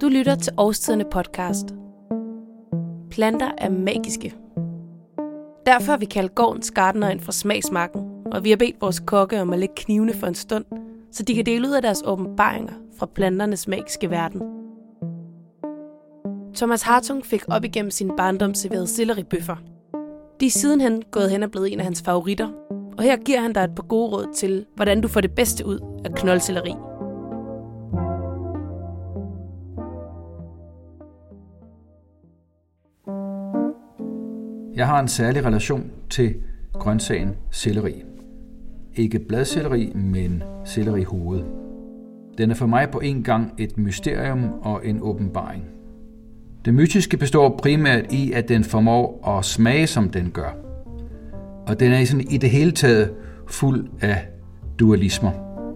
Du lytter til Årstiderne podcast. Planter er magiske. Derfor har vi kaldt gårdens gartnere ind fra smagsmarken, og vi har bedt vores kokke om at lægge knivene for en stund, så de kan dele ud af deres åbenbaringer fra planternes magiske verden. Thomas Hartung fik op igennem sin barndom serveret selleribøffer. De er sidenhen gået hen og blevet en af hans favoritter, og her giver han dig et par gode råd til, hvordan du får det bedste ud af knoldselleri. Jeg har en særlig relation til grøntsagen selleri. Ikke bladselleri, men sellerihoved. Den er for mig på en gang et mysterium og en åbenbaring. Det mytiske består primært i, at den formår at smage, som den gør. Og den er sådan i det hele taget fuld af dualismer.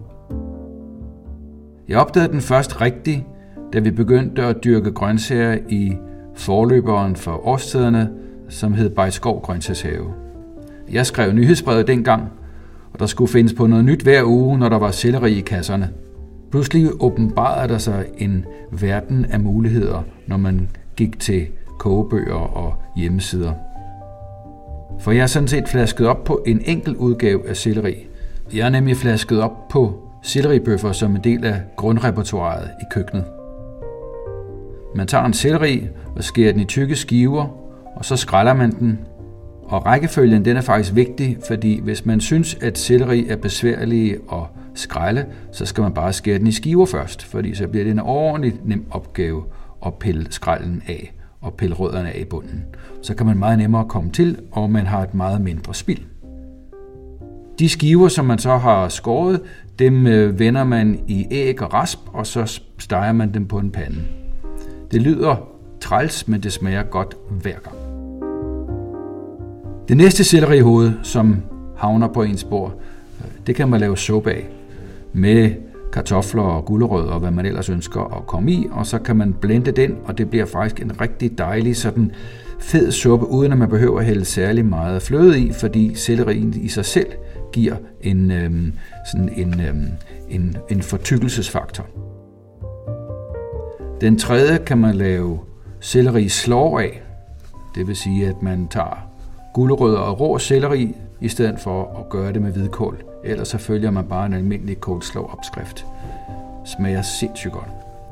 Jeg opdagede den først rigtigt, da vi begyndte at dyrke grøntsager i forløberen for Årstiderne, som hed Bejskov Grøntsagshave. Jeg skrev nyhedsbrevet dengang, og der skulle findes på noget nyt hver uge, når der var selleri i kasserne. Pludselig åbenbarede der sig en verden af muligheder, når man gik til kogebøger og hjemmesider. For jeg er sådan set flasket op på en enkelt udgave af selleri. Jeg er nemlig flasket op på selleribøffer som en del af grundrepertoiret i køkkenet. Man tager en selleri og skærer den i tykke skiver, og så skræller man den. Og rækkefølgen den er faktisk vigtig, fordi hvis man synes, at selleri er besværlig at skrælle, så skal man bare skære den i skiver først, fordi så bliver det en ordentlig nem opgave at pille skrællen af og pille rødderne af i bunden. Så kan man meget nemmere komme til, og man har et meget mindre spild. De skiver, som man så har skåret, dem vender man i æg og rasp, og så steger man dem på en pande. Det lyder træls, men det smager godt hver gang. Det næste sellerihoved, som havner på ens bord, det kan man lave suppe af med kartofler og gulerødder og hvad man ellers ønsker at komme i, og så kan man blende den, og det bliver faktisk en rigtig dejlig sådan fed suppe, uden at man behøver at hælde særlig meget fløde i, fordi sellerien i sig selv giver en fortykkelsesfaktor. Den tredje kan man lave sellerislår af, det vil sige, at man tager gulerødder og rå selleri i stedet for at gøre det med hvidkål. Ellers så følger man bare en almindelig coleslaw-opskrift. Smager sindssygt godt.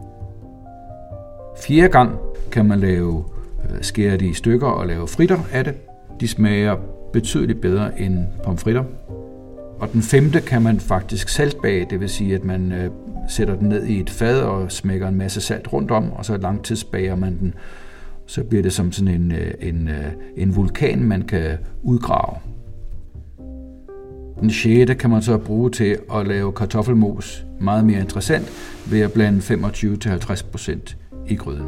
4. gang kan man skære det i stykker og lave fritter af det. De smager betydeligt bedre end pomfritter. Og den 5. kan man faktisk saltbage, det vil sige, at man sætter den ned i et fad og smækker en masse salt rundt om, og så langtidsbager man den. Så bliver det som sådan en vulkan, man kan udgrave. Den 6. kan man så bruge til at lave kartoffelmos meget mere interessant ved at blande 25-50% i gryden.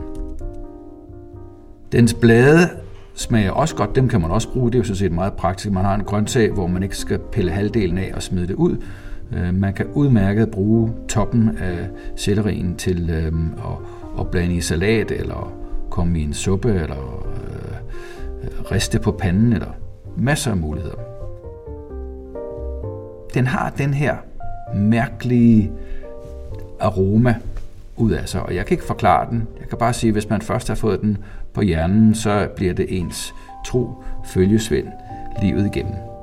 Dens blade smager også godt, dem kan man også bruge, det er jo sådan set meget praktisk. Man har en grøntsag, hvor man ikke skal pille halvdelen af og smide det ud. Man kan udmærket bruge toppen af sellerien til at blande i salat, eller komme i en suppe, eller riste på panden, eller masser af muligheder. Den har den her mærkelige aroma ud af sig, og jeg kan ikke forklare den. Jeg kan bare sige, at hvis man først har fået den på hjernen, så bliver det ens tro følgesvend livet igennem.